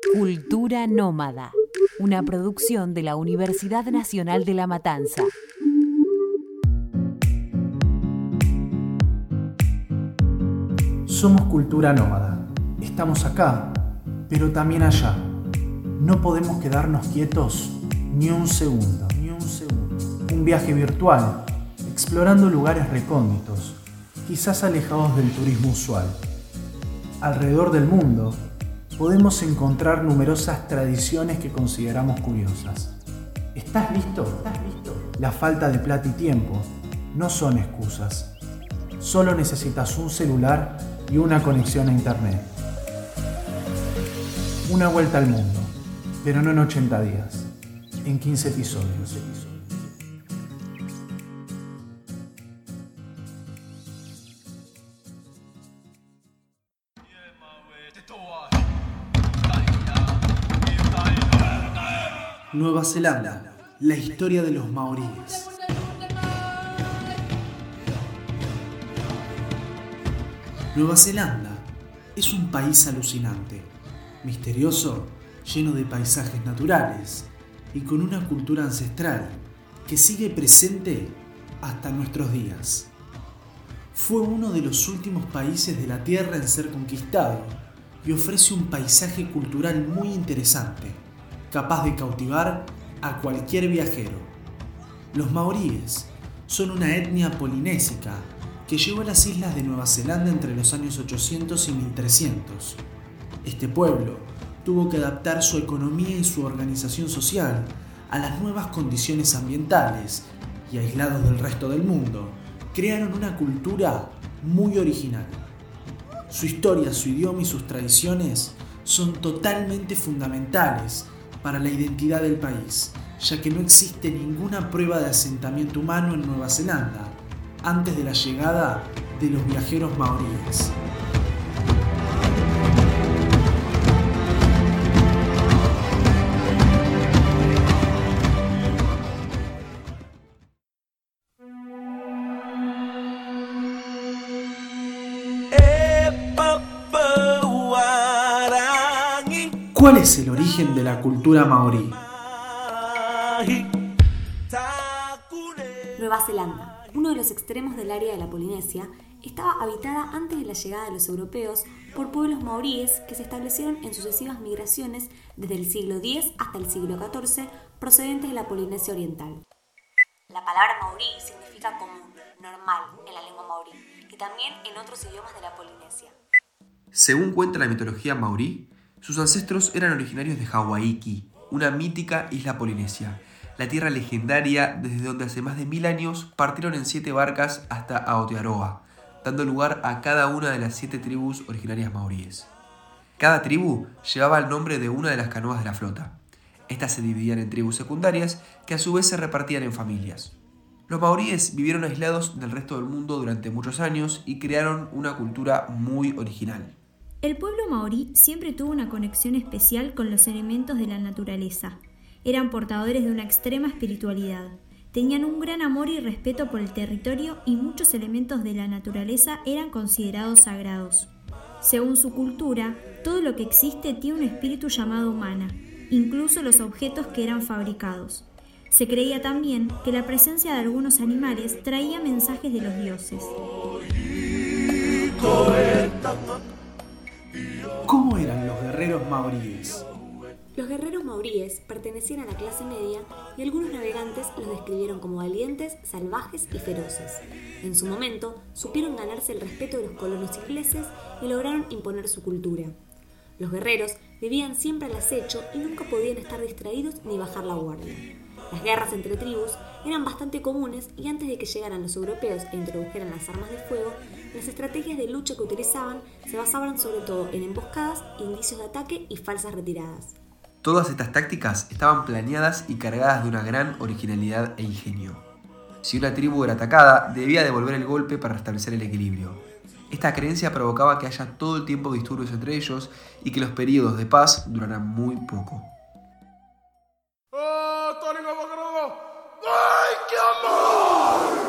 Cultura Nómada, una producción de la Universidad Nacional de La Matanza. Somos Cultura Nómada. Estamos acá, pero también allá. No podemos quedarnos quietos ni un segundo. Un viaje virtual, explorando lugares recónditos, quizás alejados del turismo usual. Alrededor del mundo, podemos encontrar numerosas tradiciones que consideramos curiosas. ¿Estás listo? La falta de plata y tiempo no son excusas. Solo necesitas un celular y una conexión a internet. Una vuelta al mundo, pero no en 80 días, en 15 episodios. Nueva Zelanda, la historia de los maoríes. Nueva Zelanda es un país alucinante, misterioso, lleno de paisajes naturales y con una cultura ancestral que sigue presente hasta nuestros días. Fue uno de los últimos países de la Tierra en ser conquistado y ofrece un paisaje cultural muy interesante, capaz de cautivar a cualquier viajero. Los maoríes son una etnia polinésica que llegó a las islas de Nueva Zelanda entre los años 800 y 1300. Este pueblo tuvo que adaptar su economía y su organización social a las nuevas condiciones ambientales y, aislados del resto del mundo, crearon una cultura muy original. Su historia, su idioma y sus tradiciones son totalmente fundamentales para la identidad del país, ya que no existe ninguna prueba de asentamiento humano en Nueva Zelanda antes de la llegada de los viajeros maoríes. ¿Cuál es el origen de la cultura maorí? Nueva Zelanda, uno de los extremos del área de la Polinesia, estaba habitada antes de la llegada de los europeos por pueblos maoríes que se establecieron en sucesivas migraciones desde el siglo X hasta el siglo XIV, procedentes de la Polinesia Oriental. La palabra maorí significa común, normal en la lengua maorí y también en otros idiomas de la Polinesia. Según cuenta la mitología maorí, sus ancestros eran originarios de Hawaiki, una mítica isla polinesia, la tierra legendaria desde donde hace más de 1000 años partieron en 7 barcas hasta Aotearoa, dando lugar a cada una de las 7 tribus originarias maoríes. Cada tribu llevaba el nombre de una de las canoas de la flota. Estas se dividían en tribus secundarias que a su vez se repartían en familias. Los maoríes vivieron aislados del resto del mundo durante muchos años y crearon una cultura muy original. El pueblo maorí siempre tuvo una conexión especial con los elementos de la naturaleza. Eran portadores de una extrema espiritualidad. Tenían un gran amor y respeto por el territorio y muchos elementos de la naturaleza eran considerados sagrados. Según su cultura, todo lo que existe tiene un espíritu llamado mana, incluso los objetos que eran fabricados. Se creía también que la presencia de algunos animales traía mensajes de los dioses. ¿Cómo eran los guerreros maoríes? Los guerreros maoríes pertenecían a la clase media y algunos navegantes los describieron como valientes, salvajes y feroces. En su momento, supieron ganarse el respeto de los colonos ingleses y lograron imponer su cultura. Los guerreros vivían siempre al acecho y nunca podían estar distraídos ni bajar la guardia. Las guerras entre tribus eran bastante comunes y antes de que llegaran los europeos e introdujeran las armas de fuego, las estrategias de lucha que utilizaban se basaban sobre todo en emboscadas, indicios de ataque y falsas retiradas. Todas estas tácticas estaban planeadas y cargadas de una gran originalidad e ingenio. Si una tribu era atacada, debía devolver el golpe para restablecer el equilibrio. Esta creencia provocaba que haya todo el tiempo disturbios entre ellos y que los periodos de paz duraran muy poco. ¡Ay, qué amor!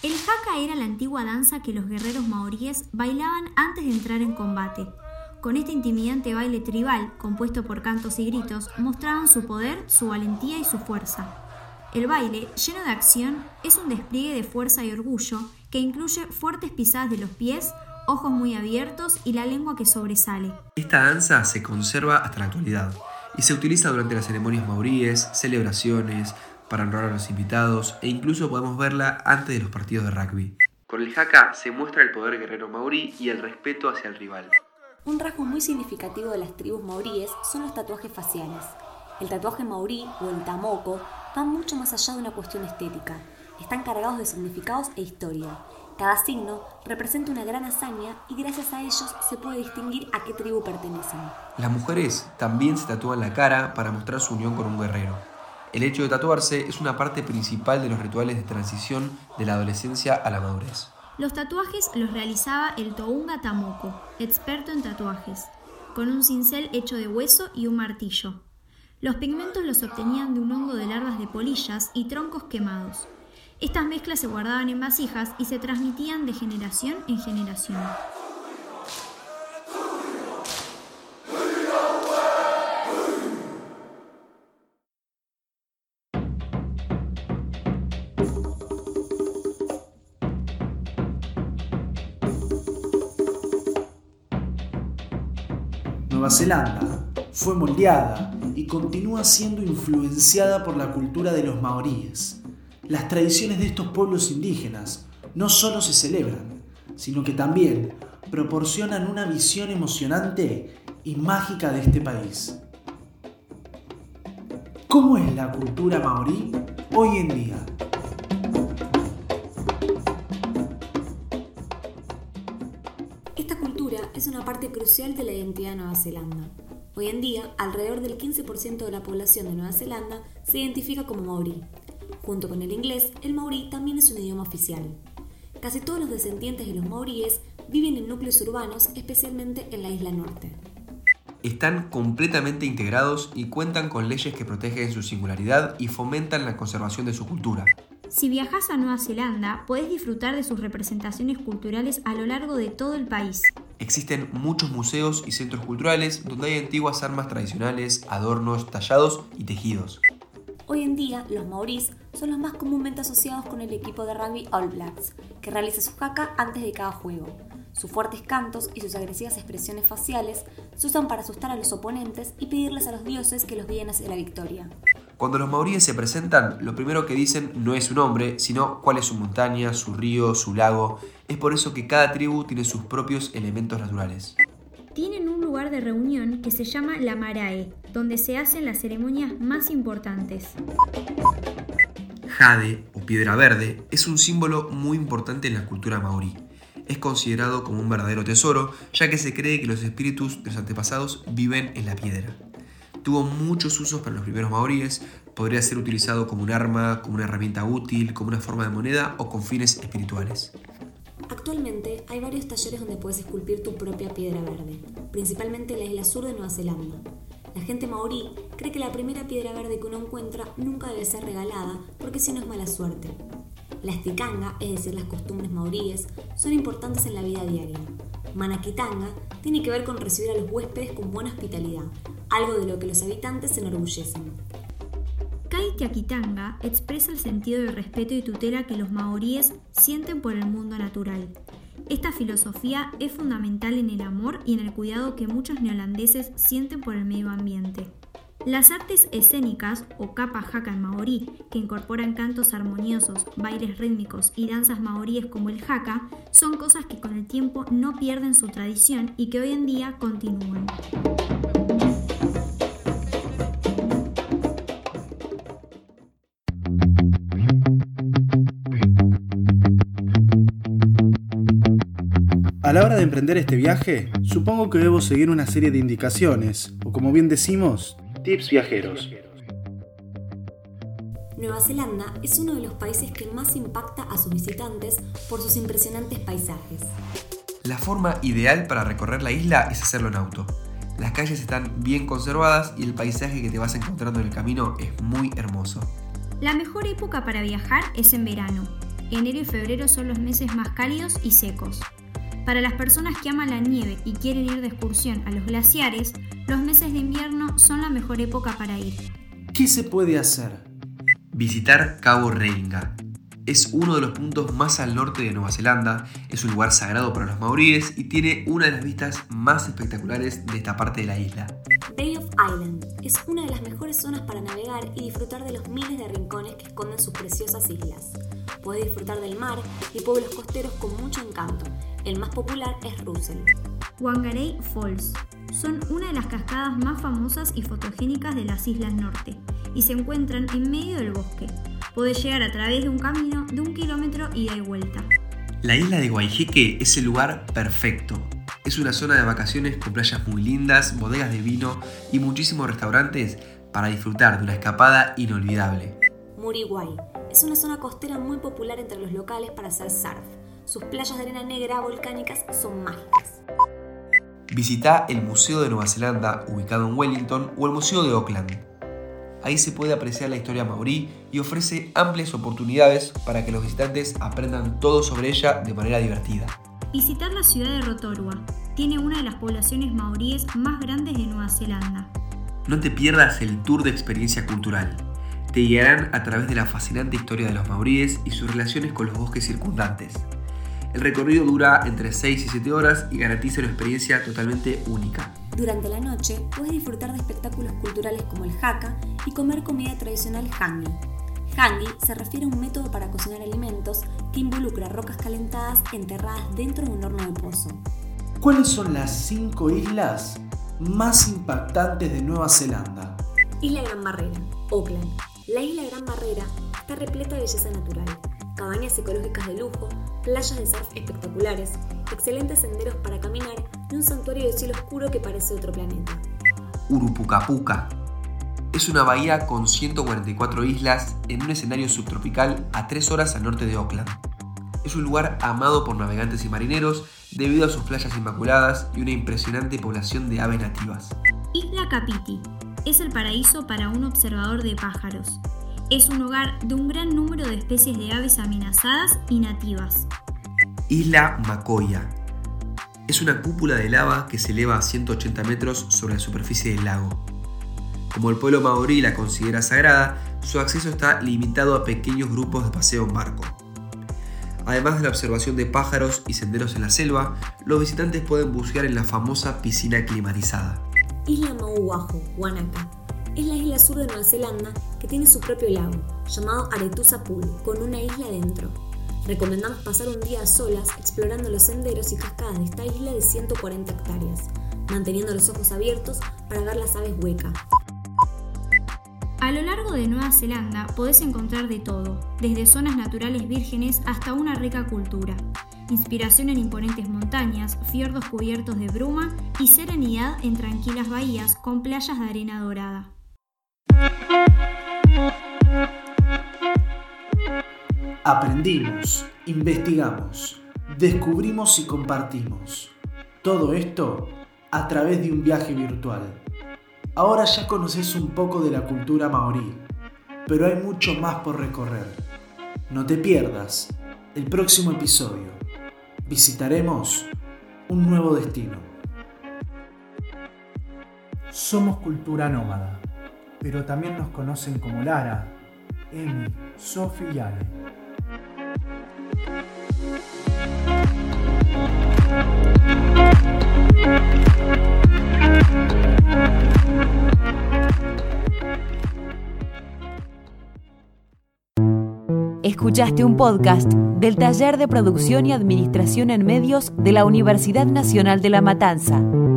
El haka era la antigua danza que los guerreros maoríes bailaban antes de entrar en combate. Con este intimidante baile tribal, compuesto por cantos y gritos, mostraban su poder, su valentía y su fuerza. El baile, lleno de acción, es un despliegue de fuerza y orgullo que incluye fuertes pisadas de los pies, ojos muy abiertos y la lengua que sobresale. Esta danza se conserva hasta la actualidad y se utiliza durante las ceremonias maoríes, celebraciones, para honrar a los invitados e incluso podemos verla antes de los partidos de rugby. Con el haka se muestra el poder guerrero maorí y el respeto hacia el rival. Un rasgo muy significativo de las tribus maoríes son los tatuajes faciales. El tatuaje maorí o el tamoko va mucho más allá de una cuestión estética. Están cargados de significados e historia. Cada signo representa una gran hazaña y gracias a ellos se puede distinguir a qué tribu pertenecen. Las mujeres también se tatúan la cara para mostrar su unión con un guerrero. El hecho de tatuarse es una parte principal de los rituales de transición de la adolescencia a la madurez. Los tatuajes los realizaba el Tohunga Tamoko, experto en tatuajes, con un cincel hecho de hueso y un martillo. Los pigmentos los obtenían de un hongo de larvas de polillas y troncos quemados. Estas mezclas se guardaban en vasijas y se transmitían de generación en generación. Nueva Zelanda fue moldeada y continúa siendo influenciada por la cultura de los maoríes. Las tradiciones de estos pueblos indígenas no solo se celebran, sino que también proporcionan una visión emocionante y mágica de este país. ¿Cómo es la cultura maorí hoy en día? Esta cultura es una parte crucial de la identidad de Nueva Zelanda. Hoy en día, alrededor del 15% de la población de Nueva Zelanda se identifica como maorí. Junto con el inglés, el maorí también es un idioma oficial. Casi todos los descendientes de los maoríes viven en núcleos urbanos, especialmente en la isla norte. Están completamente integrados y cuentan con leyes que protegen su singularidad y fomentan la conservación de su cultura. Si viajas a Nueva Zelanda, podés disfrutar de sus representaciones culturales a lo largo de todo el país. Existen muchos museos y centros culturales donde hay antiguas armas tradicionales, adornos, tallados y tejidos. Hoy en día, los maorís son los más comúnmente asociados con el equipo de rugby All Blacks, que realiza su haka antes de cada juego. Sus fuertes cantos y sus agresivas expresiones faciales se usan para asustar a los oponentes y pedirles a los dioses que los guíen hacia la victoria. Cuando los maoríes se presentan, lo primero que dicen no es su nombre, sino cuál es su montaña, su río, su lago. Es por eso que cada tribu tiene sus propios elementos naturales. Tienen un lugar de reunión que se llama la Marae, donde se hacen las ceremonias más importantes. Jade, o piedra verde, es un símbolo muy importante en la cultura maorí. Es considerado como un verdadero tesoro, ya que se cree que los espíritus de los antepasados viven en la piedra. Tuvo muchos usos para los primeros maoríes, podría ser utilizado como un arma, como una herramienta útil, como una forma de moneda o con fines espirituales. Actualmente hay varios talleres donde puedes esculpir tu propia piedra verde, principalmente en la isla sur de Nueva Zelanda. La gente maorí cree que la primera piedra verde que uno encuentra nunca debe ser regalada porque si no es mala suerte. Las tikanga, es decir, las costumbres maoríes, son importantes en la vida diaria. Manakitanga tiene que ver con recibir a los huéspedes con buena hospitalidad, algo de lo que los habitantes se enorgullecen. Kaitiakitanga expresa el sentido de respeto y tutela que los maoríes sienten por el mundo natural. Esta filosofía es fundamental en el amor y en el cuidado que muchos neozelandeses sienten por el medio ambiente. Las artes escénicas, o kapa haka en maorí, que incorporan cantos armoniosos, bailes rítmicos y danzas maoríes como el haka, son cosas que con el tiempo no pierden su tradición y que hoy en día continúan. A la hora de emprender este viaje, supongo que debo seguir una serie de indicaciones, o como bien decimos, tips viajeros. Nueva Zelanda es uno de los países que más impacta a sus visitantes por sus impresionantes paisajes. La forma ideal para recorrer la isla es hacerlo en auto. Las calles están bien conservadas y el paisaje que te vas encontrando en el camino es muy hermoso. La mejor época para viajar es en verano. enero y febrero son los meses más cálidos y secos. Para las personas que aman la nieve y quieren ir de excursión a los glaciares, los meses de invierno son la mejor época para ir. ¿Qué se puede hacer? Visitar Cabo Reinga. Es uno de los puntos más al norte de Nueva Zelanda, es un lugar sagrado para los maoríes y tiene una de las vistas más espectaculares de esta parte de la isla. Bay of Island es una de las mejores zonas para navegar y disfrutar de los miles de rincones que esconden sus preciosas islas. Podés disfrutar del mar y pueblos costeros con mucho encanto. El más popular es Russell. Whangarei Falls son una de las cascadas más famosas y fotogénicas de las Islas Norte y se encuentran en medio del bosque. Podés llegar a través de un camino de 1 kilómetro ida y vuelta. La isla de Waiheque es el lugar perfecto. Es una zona de vacaciones con playas muy lindas, bodegas de vino y muchísimos restaurantes para disfrutar de una escapada inolvidable. Muriwai es una zona costera muy popular entre los locales para hacer surf. Sus playas de arena negra volcánicas son mágicas. Visita el Museo de Nueva Zelanda, ubicado en Wellington, o el Museo de Auckland. Ahí se puede apreciar la historia maorí y ofrece amplias oportunidades para que los visitantes aprendan todo sobre ella de manera divertida. Visitar la ciudad de Rotorua. Tiene una de las poblaciones maoríes más grandes de Nueva Zelanda. No te pierdas el tour de experiencia cultural. Te guiarán a través de la fascinante historia de los maoríes y sus relaciones con los bosques circundantes. El recorrido dura entre 6 y 7 horas y garantiza una experiencia totalmente única. Durante la noche puedes disfrutar de espectáculos culturales como el haka y comer comida tradicional hangi. Hangi se refiere a un método para cocinar alimentos que involucra rocas calentadas enterradas dentro de un horno de pozo. ¿Cuáles son las 5 islas más impactantes de Nueva Zelanda? Isla Gran Barrera, Auckland. La isla Gran Barrera está repleta de belleza natural. Cabañas ecológicas de lujo, playas de surf espectaculares, excelentes senderos para caminar y un santuario de cielo oscuro que parece otro planeta. Urupucapuca es una bahía con 144 islas en un escenario subtropical a 3 horas al norte de Auckland. Es un lugar amado por navegantes y marineros debido a sus playas inmaculadas y una impresionante población de aves nativas. Isla Kapiti es el paraíso para un observador de pájaros. Es un hogar de un gran número de especies de aves amenazadas y nativas. Isla Makoia es una cúpula de lava que se eleva a 180 metros sobre la superficie del lago. Como el pueblo maorí la considera sagrada, su acceso está limitado a pequeños grupos de paseo en barco. Además de la observación de pájaros y senderos en la selva, los visitantes pueden bucear en la famosa piscina climatizada. Isla Mauahu, Wanaka. Es la isla sur de Nueva Zelanda que tiene su propio lago, llamado Aretusa Pool, con una isla dentro. Recomendamos pasar un día a solas explorando los senderos y cascadas de esta isla de 140 hectáreas, manteniendo los ojos abiertos para ver las aves hueca. A lo largo de Nueva Zelanda podés encontrar de todo, desde zonas naturales vírgenes hasta una rica cultura. Inspiración en imponentes montañas, fiordos cubiertos de bruma y serenidad en tranquilas bahías con playas de arena dorada. Aprendimos, investigamos, descubrimos y compartimos. Todo esto a través de un viaje virtual. Ahora ya conoces un poco de la cultura maorí, pero hay mucho más por recorrer. No te pierdas el próximo episodio. Visitaremos un nuevo destino. Somos cultura nómada, pero también nos conocen como Lara, Emi, Sofi y Ale. Escuchaste un podcast del Taller de Producción y Administración en Medios de la Universidad Nacional de La Matanza.